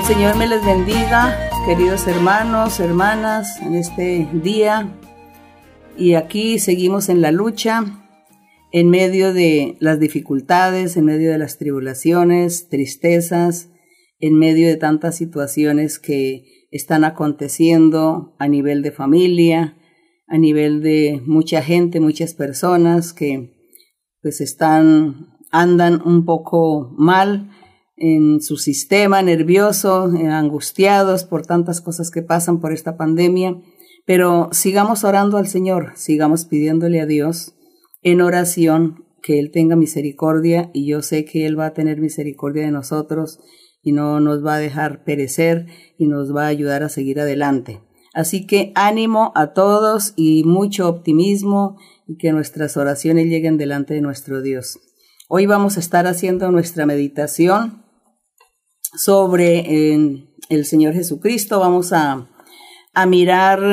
El Señor me les bendiga, queridos hermanos, hermanas, en este día. Y aquí seguimos en la lucha, en medio de las dificultades, en medio de las tribulaciones, tristezas, en medio de tantas situaciones que están aconteciendo a nivel de familia, a nivel de mucha gente, muchas personas que pues andan un poco mal en su sistema nervioso, angustiados por tantas cosas que pasan por esta pandemia, pero sigamos orando al Señor, sigamos pidiéndole a Dios en oración que Él tenga misericordia, y yo sé que Él va a tener misericordia de nosotros y no nos va a dejar perecer y nos va a ayudar a seguir adelante. Así que ánimo a todos y mucho optimismo, y que nuestras oraciones lleguen delante de nuestro Dios. Hoy vamos a estar haciendo nuestra meditación sobre el Señor Jesucristo. Vamos a mirar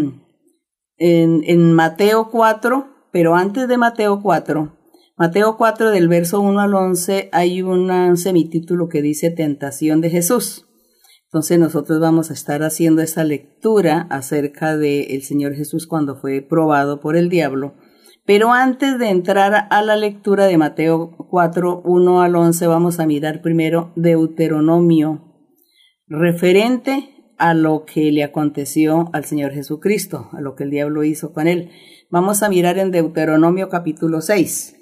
en Mateo 4, pero antes de Mateo 4 del verso 1 al 11 hay un semitítulo que dice Tentación de Jesús. Entonces nosotros vamos a estar haciendo esa lectura acerca del Señor Jesús cuando fue probado por el diablo. Pero antes de entrar a la lectura de Mateo 4, 1 al 11, vamos a mirar primero Deuteronomio, referente a lo que le aconteció al Señor Jesucristo, a lo que el diablo hizo con él. Vamos a mirar en Deuteronomio capítulo 6.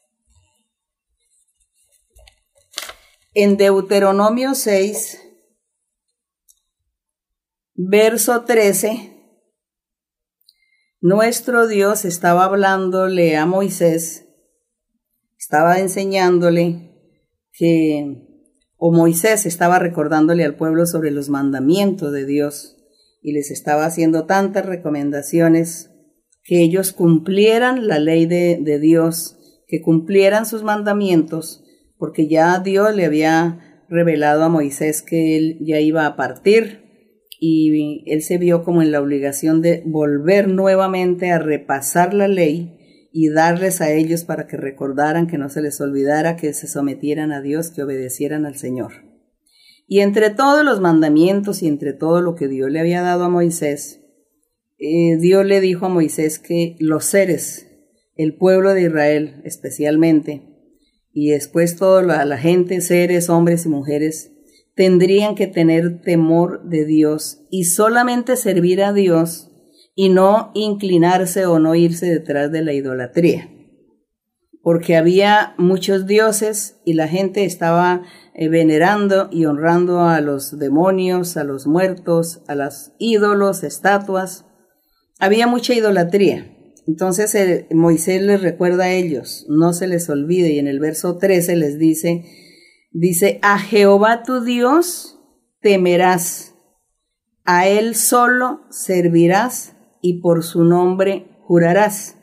En Deuteronomio 6, verso 13, nuestro Dios estaba hablándole a Moisés, estaba enseñándole Moisés estaba recordándole al pueblo sobre los mandamientos de Dios, y les estaba haciendo tantas recomendaciones que ellos cumplieran la ley de Dios, que cumplieran sus mandamientos, porque ya Dios le había revelado a Moisés que él ya iba a partir, y él se vio como en la obligación de volver nuevamente a repasar la ley y darles a ellos para que recordaran, que no se les olvidara, que se sometieran a Dios, que obedecieran al Señor. Y entre todos los mandamientos y entre todo lo que Dios le había dado a Moisés, Dios le dijo a Moisés que los seres, el pueblo de Israel especialmente, y después toda la gente, seres, hombres y mujeres, tendrían que tener temor de Dios y solamente servir a Dios y no inclinarse o no irse detrás de la idolatría. Porque había muchos dioses y la gente estaba venerando y honrando a los demonios, a los muertos, a los ídolos, estatuas. Había mucha idolatría. Entonces Moisés les recuerda a ellos, no se les olvide, y en el verso 13 les dice, a Jehová tu Dios temerás, a Él solo servirás y por su nombre jurarás.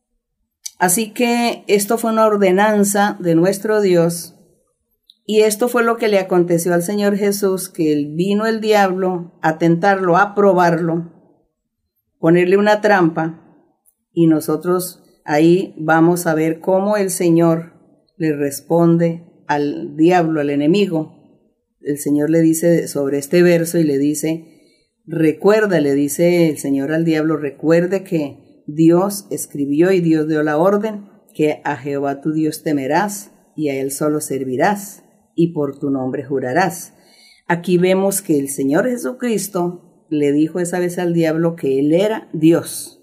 Así que esto fue una ordenanza de nuestro Dios, y esto fue lo que le aconteció al Señor Jesús, que vino el diablo a tentarlo, a probarlo, ponerle una trampa, y nosotros ahí vamos a ver cómo el Señor le responde al diablo, al enemigo. El Señor le dice sobre este verso y le dice, recuerda, le dice el Señor al diablo, recuerde que Dios escribió y Dios dio la orden que a Jehová tu Dios temerás y a Él solo servirás y por tu nombre jurarás. Aquí vemos que el Señor Jesucristo le dijo esa vez al diablo que Él era Dios.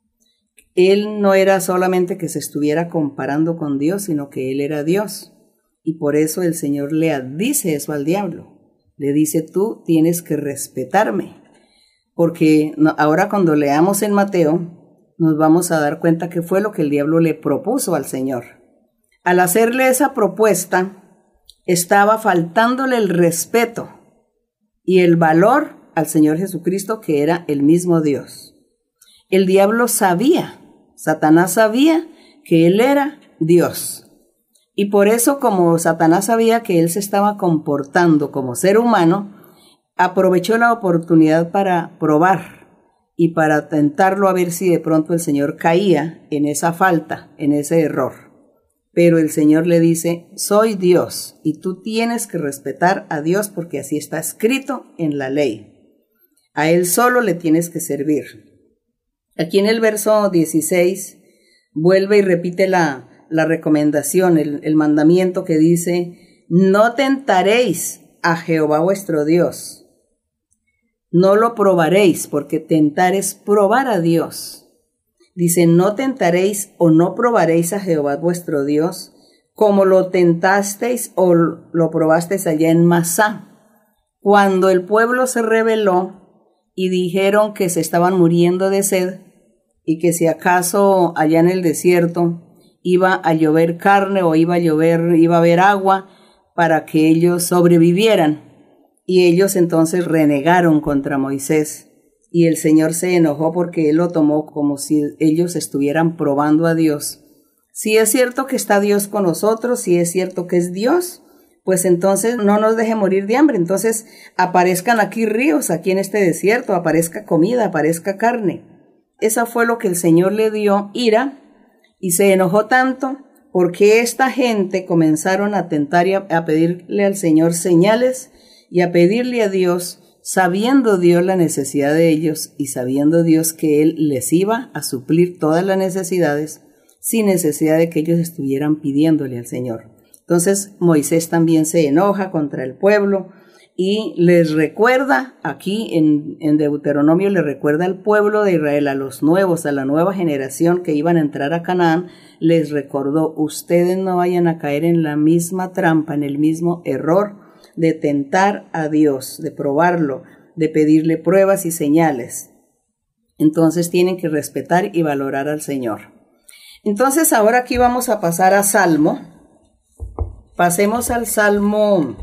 Él no era solamente que se estuviera comparando con Dios, sino que Él era Dios. Y por eso el Señor le dice eso al diablo. Le dice, tú tienes que respetarme. Porque ahora cuando leamos en Mateo, nos vamos a dar cuenta que fue lo que el diablo le propuso al Señor. Al hacerle esa propuesta, estaba faltándole el respeto y el valor al Señor Jesucristo, que era el mismo Dios. El diablo sabía, Satanás sabía que Él era Dios. Y por eso, como Satanás sabía que él se estaba comportando como ser humano, aprovechó la oportunidad para probar y para tentarlo a ver si de pronto el Señor caía en esa falta, en ese error. pero el Señor le dice, soy Dios y tú tienes que respetar a Dios porque así está escrito en la ley. A Él solo le tienes que servir. Aquí en el verso 16 vuelve y repite la recomendación, el mandamiento que dice, no tentaréis a Jehová vuestro Dios. No lo probaréis, porque tentar es probar a Dios. Dice, no tentaréis o no probaréis a Jehová vuestro Dios, como lo tentasteis o lo probasteis allá en Masá, cuando el pueblo se rebeló y dijeron que se estaban muriendo de sed y que si acaso allá en el desierto iba a llover carne o iba a haber agua para que ellos sobrevivieran. Y ellos entonces renegaron contra Moisés. Y el Señor se enojó porque Él lo tomó como si ellos estuvieran probando a Dios. Si es cierto que está Dios con nosotros, si es cierto que es Dios, pues entonces no nos deje morir de hambre. Entonces aparezcan aquí ríos, aquí en este desierto, aparezca comida, aparezca carne. Esa fue lo que el Señor le dio ira y se enojó tanto porque esta gente comenzaron a tentar y a pedirle al Señor señales y a pedirle a Dios, sabiendo Dios la necesidad de ellos y sabiendo Dios que Él les iba a suplir todas las necesidades sin necesidad de que ellos estuvieran pidiéndole al Señor. Entonces Moisés también se enoja contra el pueblo y les recuerda, aquí en Deuteronomio le recuerda al pueblo de Israel, a los nuevos, a la nueva generación que iban a entrar a Canaán, les recordó, ustedes no vayan a caer en la misma trampa, en el mismo error de tentar a Dios, de probarlo, de pedirle pruebas y señales. Entonces tienen que respetar y valorar al Señor. Entonces ahora aquí vamos a pasar a Salmo. Pasemos al Salmo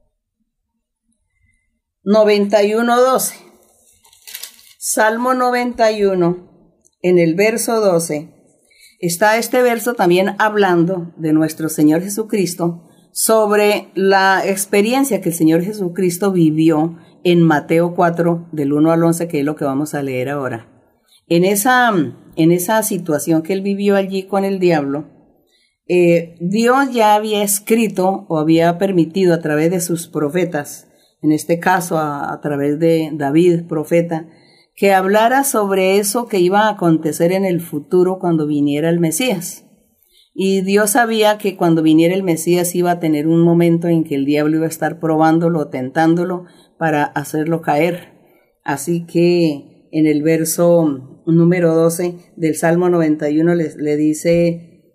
91:12. Salmo 91, en el verso 12, está este verso también hablando de nuestro Señor Jesucristo, sobre la experiencia que el Señor Jesucristo vivió en Mateo 4, del 1 al 11, que es lo que vamos a leer ahora. En esa situación que él vivió allí con el diablo, Dios ya había escrito o había permitido a través de sus profetas, en este caso a través de David, profeta, que hablara sobre eso que iba a acontecer en el futuro cuando viniera el Mesías. Y Dios sabía que cuando viniera el Mesías iba a tener un momento en que el diablo iba a estar probándolo, tentándolo para hacerlo caer. Así que en el verso número 12 del Salmo 91 le dice,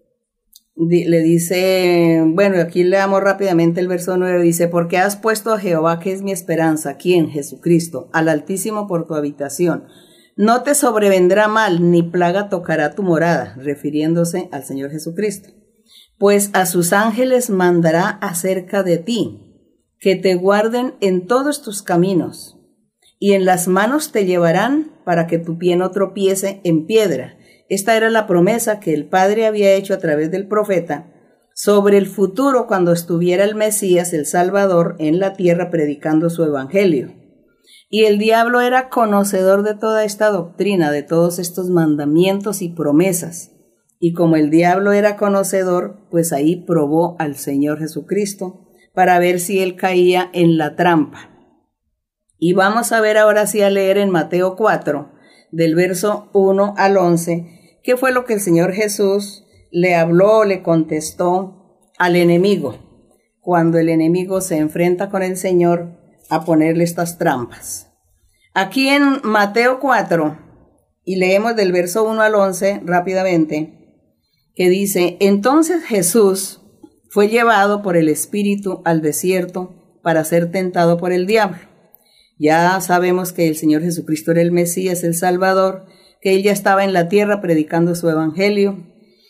bueno, aquí leamos rápidamente el verso 9, dice, porque has puesto a Jehová, que es mi esperanza, ¿quién? Jesucristo, al Altísimo por tu habitación. No te sobrevendrá mal, ni plaga tocará tu morada, refiriéndose al Señor Jesucristo. Pues a sus ángeles mandará acerca de ti, que te guarden en todos tus caminos, y en las manos te llevarán para que tu pie no tropiece en piedra. Esta era la promesa que el Padre había hecho a través del profeta sobre el futuro cuando estuviera el Mesías, el Salvador, en la tierra predicando su evangelio. Y el diablo era conocedor de toda esta doctrina, de todos estos mandamientos y promesas. Y como el diablo era conocedor, pues ahí probó al Señor Jesucristo para ver si él caía en la trampa. Y vamos a ver ahora sí a leer en Mateo 4, del verso 1 al 11, qué fue lo que el Señor Jesús le habló, le contestó al enemigo, cuando el enemigo se enfrenta con el Señor a ponerle estas trampas. Aquí en Mateo 4, y leemos del verso 1 al 11 rápidamente, que dice, entonces Jesús fue llevado por el Espíritu al desierto para ser tentado por el diablo. Ya sabemos que el Señor Jesucristo era el Mesías, el Salvador, que Él ya estaba en la tierra predicando su evangelio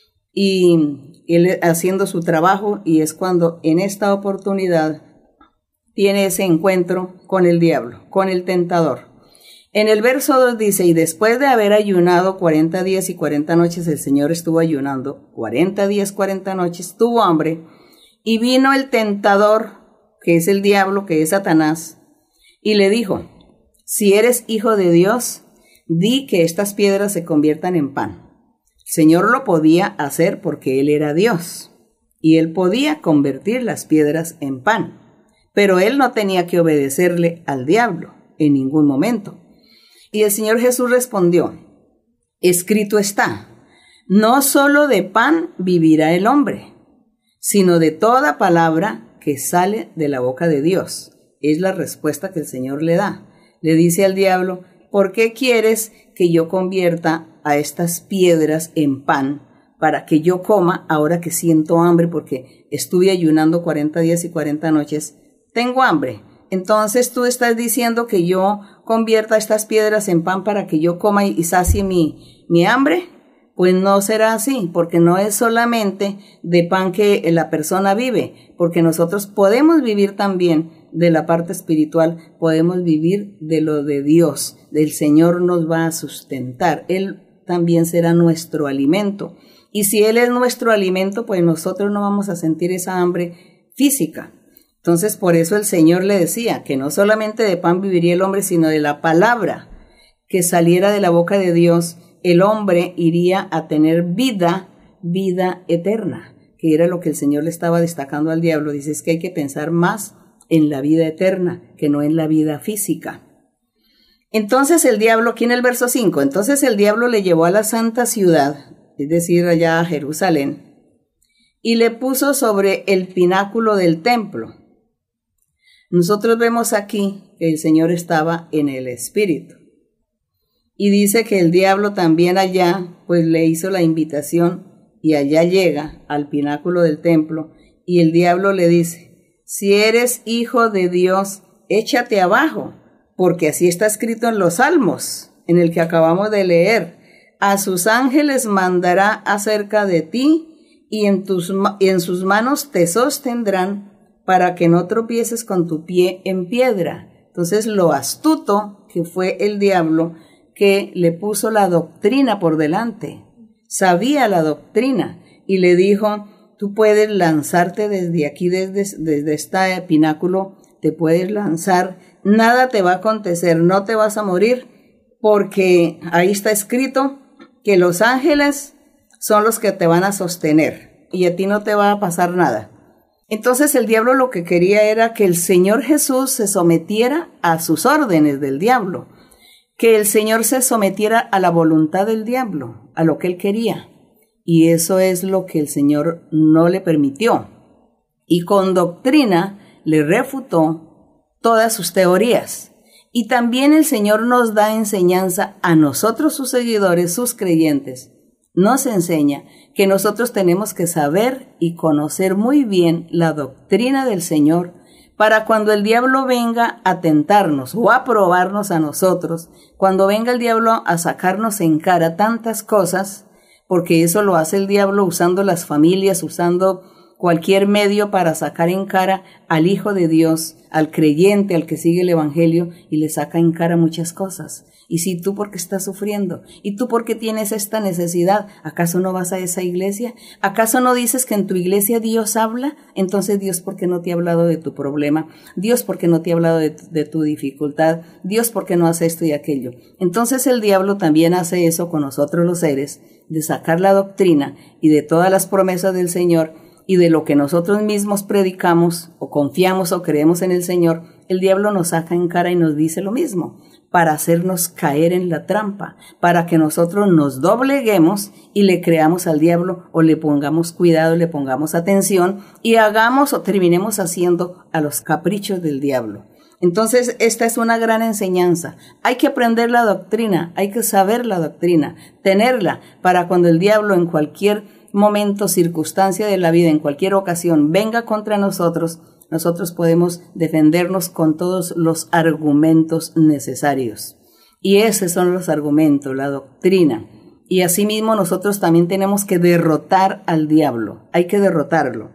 y Él haciendo su trabajo, y es cuando en esta oportunidad tiene ese encuentro con el diablo, con el tentador. En el verso 2 dice, y después de haber ayunado 40 días y 40 noches, el Señor estuvo ayunando 40 días, 40 noches, tuvo hambre, y vino el tentador, que es el diablo, que es Satanás, y le dijo, si eres hijo de Dios, di que estas piedras se conviertan en pan. El Señor lo podía hacer porque Él era Dios. y él podía convertir las piedras en pan. Pero él no tenía que obedecerle al diablo en ningún momento. Y el Señor Jesús respondió: escrito está, no solo de pan vivirá el hombre, sino de toda palabra que sale de la boca de Dios. Es la respuesta que el Señor le da. Le dice al diablo: ¿por qué quieres que yo convierta a estas piedras en pan para que yo coma ahora que siento hambre porque estuve ayunando 40 días y 40 noches? Tengo hambre. Entonces tú estás diciendo que yo convierta estas piedras en pan para que yo coma y sacie mi hambre. Pues no será así, porque no es solamente de pan que la persona vive, porque nosotros podemos vivir también de la parte espiritual, podemos vivir de lo de Dios. El Señor nos va a sustentar, Él también será nuestro alimento. Y si Él es nuestro alimento, pues nosotros no vamos a sentir esa hambre física. Entonces, por eso el Señor le decía que no solamente de pan viviría el hombre, sino de la palabra que saliera de la boca de Dios, el hombre iría a tener vida eterna, que era lo que el Señor le estaba destacando al diablo. Dice, es que hay que pensar más en la vida eterna que no en la vida física. Entonces el diablo, aquí en el verso 5, entonces el diablo le llevó a la santa ciudad, es decir, allá a Jerusalén, y le puso sobre el pináculo del templo. Nosotros vemos aquí que el Señor estaba en el Espíritu. Y dice que el diablo también allá, pues le hizo la invitación y allá llega al pináculo del templo y el diablo le dice, si eres hijo de Dios, échate abajo, porque así está escrito en los Salmos, en el que acabamos de leer, a sus ángeles mandará acerca de ti y en sus manos te sostendrán para que no tropieces con tu pie en piedra. Entonces lo astuto que fue el diablo, que le puso la doctrina por delante, sabía la doctrina y le dijo, tú puedes lanzarte desde aquí, desde este pináculo, te puedes lanzar, nada te va a acontecer, no te vas a morir, porque ahí está escrito que los ángeles son los que te van a sostener y a ti no te va a pasar nada. Entonces el diablo lo que quería era que el Señor Jesús se sometiera a sus órdenes del diablo, que el Señor se sometiera a la voluntad del diablo, a lo que él quería. Y eso es lo que el Señor no le permitió. Y con doctrina le refutó todas sus teorías. Y también el Señor nos da enseñanza a nosotros, sus seguidores, sus creyentes. Nos enseña que nosotros tenemos que saber y conocer muy bien la doctrina del Señor, para cuando el diablo venga a tentarnos o a probarnos a nosotros, cuando venga el diablo a sacarnos en cara tantas cosas, porque eso lo hace el diablo usando las familias, usando cualquier medio para sacar en cara al Hijo de Dios, al creyente, al que sigue el Evangelio, y le saca en cara muchas cosas. Y si tú porque estás sufriendo, y tú porque tienes esta necesidad, ¿acaso no vas a esa iglesia? ¿Acaso no dices que en tu iglesia Dios habla? Entonces Dios, ¿por qué no te ha hablado de tu problema? Dios, ¿por qué no te ha hablado de tu dificultad? Dios, ¿por qué no hace esto y aquello? Entonces el diablo también hace eso con nosotros los seres, de sacar la doctrina y de todas las promesas del Señor y de lo que nosotros mismos predicamos o confiamos o creemos en el Señor. El diablo nos saca en cara y nos dice lo mismo, para hacernos caer en la trampa, para que nosotros nos dobleguemos y le creamos al diablo o le pongamos cuidado, le pongamos atención y hagamos o terminemos haciendo a los caprichos del diablo. Entonces, esta es una gran enseñanza. Hay que aprender la doctrina, hay que saber la doctrina, tenerla para cuando el diablo en cualquier momento, circunstancia de la vida, en cualquier ocasión, venga contra nosotros, nosotros podemos defendernos con todos los argumentos necesarios. Y esos son los argumentos, la doctrina. Y asimismo nosotros también tenemos que derrotar al diablo, hay que derrotarlo.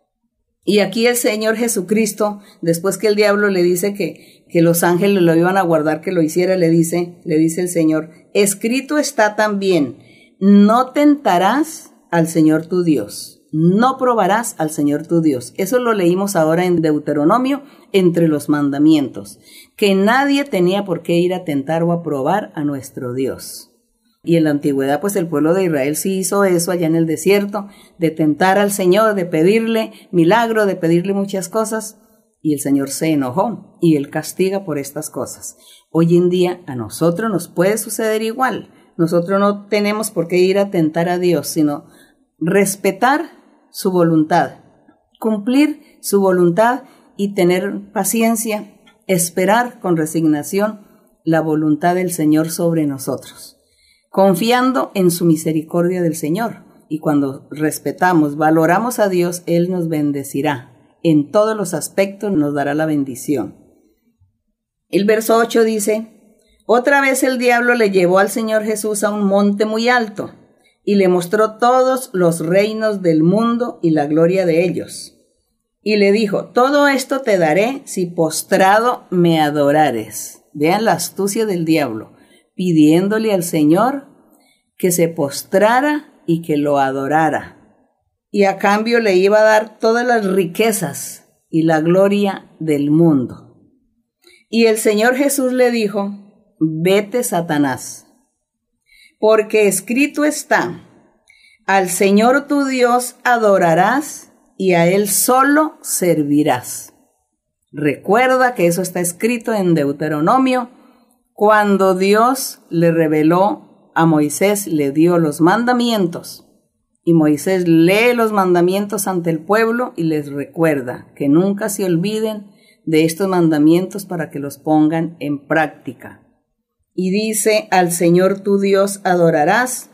Y aquí el Señor Jesucristo, después que el diablo le dice que los ángeles lo iban a guardar, que lo hiciera, le dice el Señor, escrito está también, no tentarás al Señor tu Dios. No probarás al Señor tu Dios. Eso lo leímos ahora en Deuteronomio, entre los mandamientos, que nadie tenía por qué ir a tentar o a probar a nuestro Dios. Y en la antigüedad, pues el pueblo de Israel sí hizo eso allá en el desierto, de tentar al Señor, de pedirle milagro, de pedirle muchas cosas, y el Señor se enojó y Él castiga por estas cosas. Hoy en día a nosotros nos puede suceder igual. Nosotros no tenemos por qué ir a tentar a Dios, sino respetar su voluntad, cumplir su voluntad y tener paciencia, esperar con resignación la voluntad del Señor sobre nosotros, confiando en su misericordia del Señor. Y cuando respetamos, valoramos a Dios, Él nos bendecirá. En todos los aspectos nos dará la bendición. El verso 8 dice: otra vez el diablo le llevó al Señor Jesús a un monte muy alto y le mostró todos los reinos del mundo y la gloria de ellos. Y le dijo: todo esto te daré si postrado me adorares. Vean la astucia del diablo, pidiéndole al Señor que se postrara y que lo adorara. Y a cambio le iba a dar todas las riquezas y la gloria del mundo. Y el Señor Jesús le dijo: vete, Satanás, porque escrito está: al Señor tu Dios adorarás y a Él solo servirás. Recuerda que eso está escrito en Deuteronomio, cuando Dios le reveló a Moisés, le dio los mandamientos. Y Moisés lee los mandamientos ante el pueblo y les recuerda que nunca se olviden de estos mandamientos para que los pongan en práctica. Y dice: al Señor tu Dios adorarás,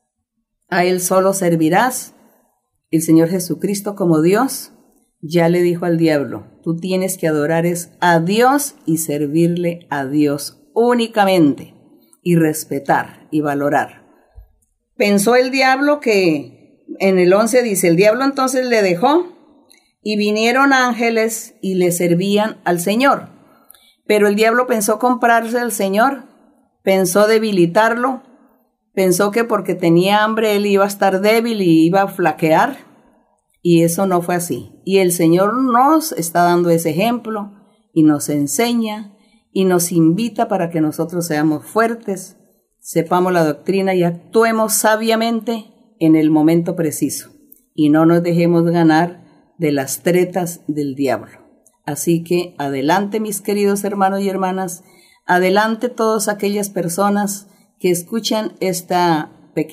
a Él solo servirás. El Señor Jesucristo como Dios ya le dijo al diablo: tú tienes que adorar a Dios y servirle a Dios únicamente, y respetar y valorar. Pensó el diablo que, en el 11 dice, el diablo entonces le dejó y vinieron ángeles y le servían al Señor. Pero el diablo pensó comprarse al Señor, pensó debilitarlo, pensó que porque tenía hambre él iba a estar débil y iba a flaquear, y eso no fue así. Y el Señor nos está dando ese ejemplo y nos enseña y nos invita para que nosotros seamos fuertes, sepamos la doctrina y actuemos sabiamente en el momento preciso y no nos dejemos ganar de las tretas del diablo. Así que adelante, mis queridos hermanos y hermanas, adelante todas aquellas personas que escuchan esta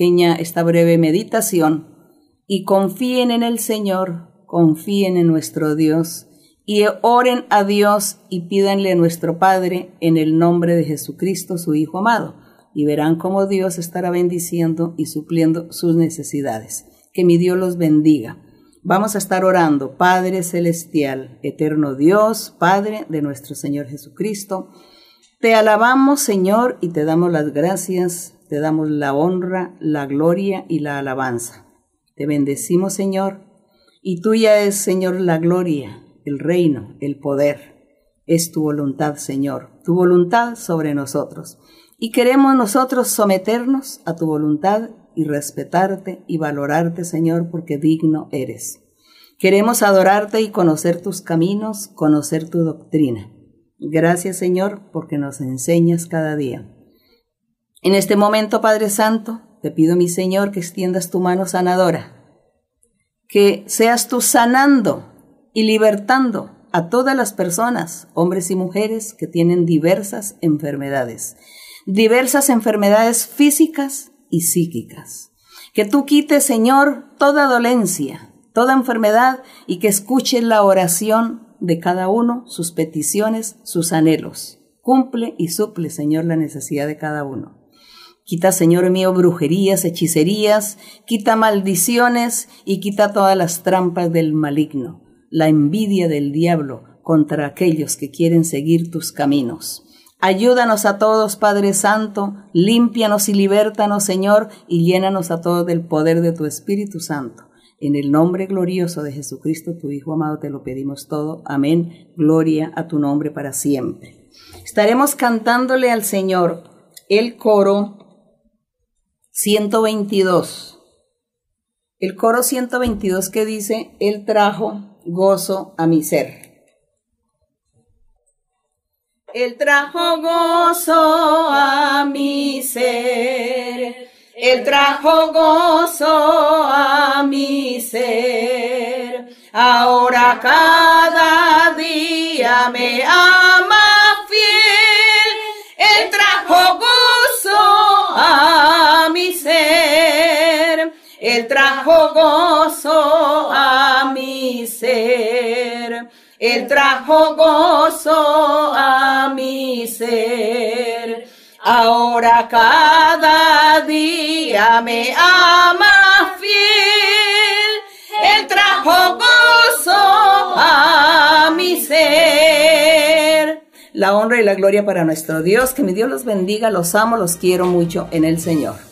breve meditación y confíen en el Señor, confíen en nuestro Dios y oren a Dios y pídanle a nuestro Padre en el nombre de Jesucristo, su Hijo amado, y verán cómo Dios estará bendiciendo y supliendo sus necesidades. Que mi Dios los bendiga. Vamos a estar orando. Padre celestial, eterno Dios, Padre de nuestro Señor Jesucristo, te alabamos, Señor, y te damos las gracias, te damos la honra, la gloria y la alabanza. Te bendecimos, Señor, y tuya es, Señor, la gloria, el reino, el poder. Es tu voluntad, Señor, tu voluntad sobre nosotros. Y queremos nosotros someternos a tu voluntad y respetarte y valorarte, Señor, porque digno eres. Queremos adorarte y conocer tus caminos, conocer tu doctrina. Gracias, Señor, porque nos enseñas cada día. En este momento, Padre Santo, te pido, mi Señor, que extiendas tu mano sanadora, que seas tú sanando y libertando a todas las personas, hombres y mujeres, que tienen diversas enfermedades físicas y psíquicas. Que tú quites, Señor, toda dolencia, toda enfermedad, y que escuches la oración de cada uno, sus peticiones, sus anhelos. Cumple y suple, Señor, la necesidad de cada uno. Quita, Señor mío, brujerías, hechicerías, quita maldiciones y quita todas las trampas del maligno, la envidia del diablo contra aquellos que quieren seguir tus caminos. Ayúdanos a todos, Padre Santo, límpianos y libértanos, Señor, y llénanos a todos del poder de tu Espíritu Santo. En el nombre glorioso de Jesucristo, tu Hijo amado, te lo pedimos todo. Amén. Gloria a tu nombre para siempre. Estaremos cantándole al Señor el coro 122. El coro 122 que dice: Él trajo gozo a mi ser. Él trajo gozo a mi ser, Él trajo gozo a mi ser. Ahora cada día me ama fiel. Él trajo gozo a mi ser. Él trajo gozo a mi ser. Él trajo gozo a mi ser. Ahora cada día me ama fiel. Él trajo gozo a mi ser. La honra y la gloria para nuestro Dios. Que mi Dios los bendiga. Los amo, los quiero mucho en el Señor.